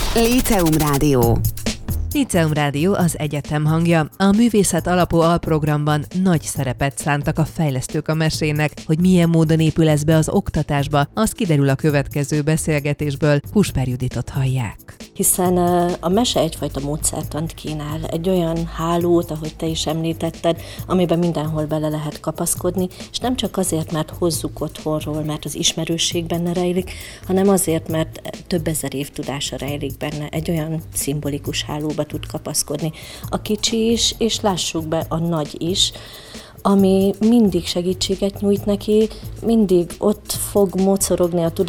Líceum Rádió. Líceum Rádió az egyetem hangja. A művészet alapú alprogramban nagy szerepet szántak a fejlesztők a mesének, hogy milyen módon épül ez be az oktatásba, az kiderül a következő beszélgetésből. Pusper Juditot hallják. Hiszen a mese egyfajta módszertant kínál, egy olyan hálót, ahogy te is említetted, amiben mindenhol bele lehet kapaszkodni, és nem csak azért, mert hozzuk otthonról, mert az ismerősség benne rejlik, hanem azért, mert több ezer év tudása rejlik benne, egy olyan szimbolikus hálóba tud kapaszkodni. A kicsi is, és lássuk be, a nagy is, ami mindig segítséget nyújt neki, mindig ott fog mocorogni a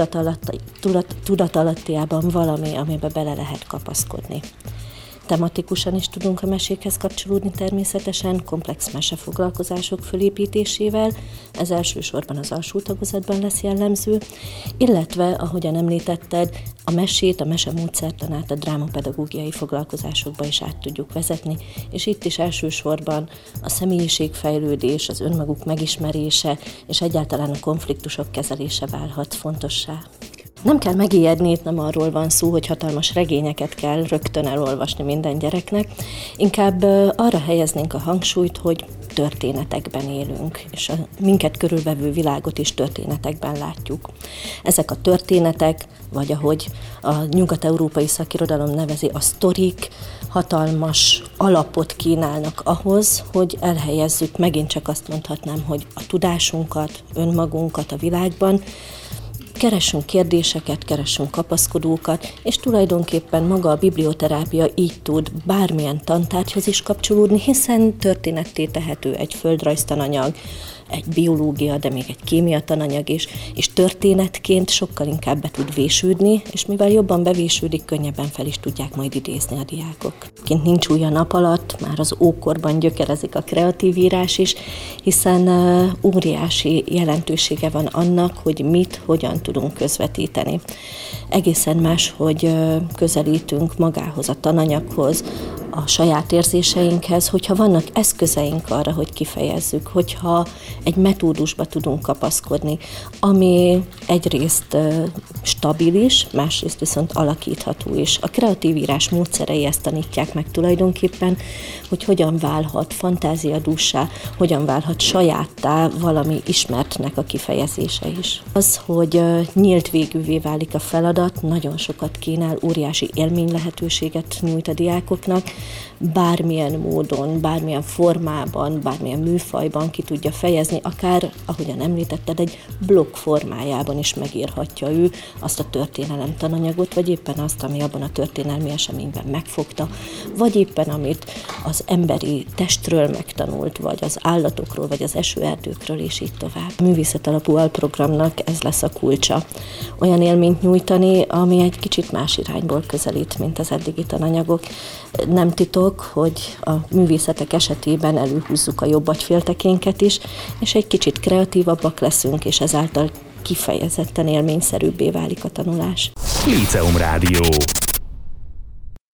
tudatalattiában valami, amibe bele lehet kapaszkodni. Tematikusan is tudunk a mesékhez kapcsolódni természetesen, komplex mesefoglalkozások fölépítésével, ez elsősorban az alsó tagozatban lesz jellemző, illetve, ahogyan említetted, a mesét, a mese módszertanát a drámapedagógiai foglalkozásokba is át tudjuk vezetni, és itt is elsősorban a személyiségfejlődés, az önmaguk megismerése, és egyáltalán a konfliktusok kezelése válhat fontossá. Nem kell megijedni, itt nem arról van szó, hogy hatalmas regényeket kell rögtön elolvasni minden gyereknek, inkább arra helyeznénk a hangsúlyt, hogy történetekben élünk, és a minket körülvevő világot is történetekben látjuk. Ezek a történetek, vagy ahogy a nyugat-európai szakirodalom nevezi, a sztorik, hatalmas alapot kínálnak ahhoz, hogy elhelyezzük, megint csak azt mondhatnám, hogy a tudásunkat, önmagunkat a világban, keressünk kérdéseket, keressünk kapaszkodókat, és tulajdonképpen maga a biblioterápia így tud bármilyen tantárgyhoz is kapcsolódni, hiszen történetté tehető egy földrajztananyag, egy biológia, de még egy kémia tananyag is, és történetként sokkal inkább be tud vésődni, és mivel jobban bevésődik, könnyebben fel is tudják majd idézni a diákok. Kint nincs új a nap alatt, már az ókorban gyökerezik a kreatív írás is, hiszen óriási jelentősége van annak, hogy mit, hogyan tudunk közvetíteni. Egészen más, hogy közelítünk magához, a tananyaghoz, a saját érzéseinkhez, hogyha vannak eszközeink arra, hogy kifejezzük, hogyha egy metódusba tudunk kapaszkodni, ami egyrészt stabil is, másrészt viszont alakítható is. A kreatív írás módszerei ezt tanítják meg tulajdonképpen, hogy hogyan válhat fantáziadússá, hogyan válhat sajáttá valami ismertnek a kifejezése is. Az, hogy nyílt végűvé válik a feladat, nagyon sokat kínál, óriási élmény lehetőséget nyújt a diákoknak, bármilyen módon, bármilyen formában, bármilyen műfajban ki tudja fejezni, akár, ahogyan említetted, egy blokk formájában is megírhatja ő azt a történelem tananyagot, vagy éppen azt, ami abban a történelmi eseményben megfogta, vagy éppen amit az emberi testről megtanult, vagy az állatokról, vagy az esőerdőkről, és így tovább. A művészet alapú alprogramnak ez lesz a kulcsa. Olyan élményt nyújtani, ami egy kicsit más irányból közelít, mint az eddigi tananyagok. Nem titok, hogy a művészetek esetében előhúzzuk a jobb agyféltekénket is, és egy kicsit kreatívabbak leszünk, és ezáltal kifejezetten élményszerűbbé válik a tanulás. Líceum Rádió.